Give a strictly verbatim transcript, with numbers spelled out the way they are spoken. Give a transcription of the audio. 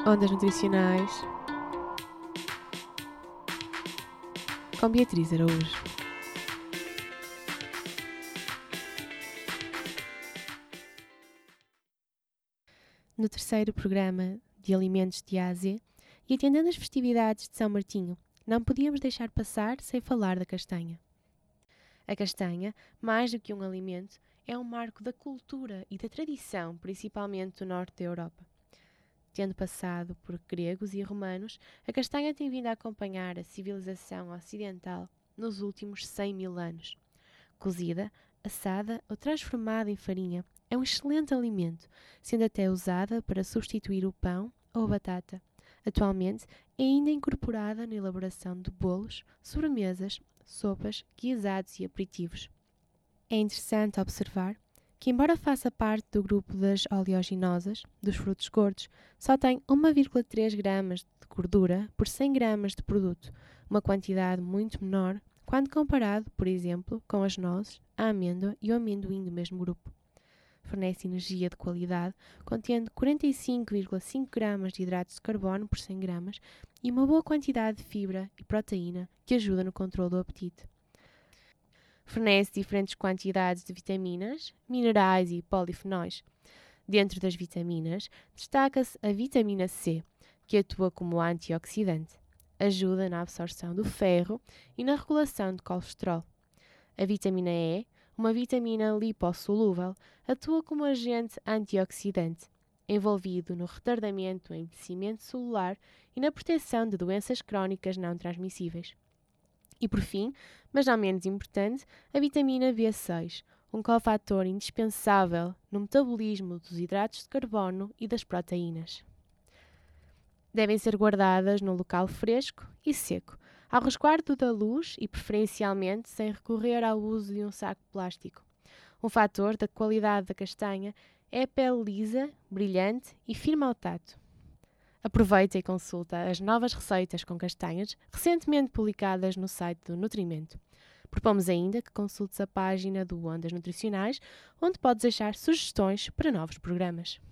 Ondas Nutricionais com Beatriz Araújo. No terceiro programa de Alimentos de Ásia e atendendo às festividades de São Martinho, não podíamos deixar passar sem falar da castanha. A castanha, mais do que um alimento, é um marco da cultura e da tradição, principalmente do norte da Europa. Tendo passado por gregos e romanos, a castanha tem vindo a acompanhar a civilização ocidental nos últimos cem mil anos. Cozida, assada ou transformada em farinha, é um excelente alimento, sendo até usada para substituir o pão ou a batata. Atualmente é ainda incorporada na elaboração de bolos, sobremesas, sopas, guisados e aperitivos. É interessante observar que, embora faça parte do grupo das oleaginosas, dos frutos gordos, só tem um vírgula três gramas de gordura por cem gramas de produto, uma quantidade muito menor quando comparado, por exemplo, com as nozes, a amêndoa e o amendoim do mesmo grupo. Fornece energia de qualidade, contendo quarenta e cinco vírgula cinco gramas de hidratos de carbono por cem gramas e uma boa quantidade de fibra e proteína que ajuda no controle do apetite. Fornece diferentes quantidades de vitaminas, minerais e polifenóis. Dentro das vitaminas, destaca-se a vitamina C, que atua como antioxidante. Ajuda na absorção do ferro e na regulação do colesterol. A vitamina E, uma vitamina lipossolúvel, atua como agente antioxidante, envolvido no retardamento do envelhecimento celular e na proteção de doenças crónicas não transmissíveis. E por fim, mas não menos importante, a vitamina B seis, um cofator indispensável no metabolismo dos hidratos de carbono e das proteínas. Devem ser guardadas num local fresco e seco, ao resguardo da luz e preferencialmente sem recorrer ao uso de um saco plástico. Um fator da qualidade da castanha é a pele lisa, brilhante e firme ao tato. Aproveita e consulta as novas receitas com castanhas recentemente publicadas no site do Nutrimento. Propomos ainda que consultes a página do Ondas Nutricionais, onde podes deixar sugestões para novos programas.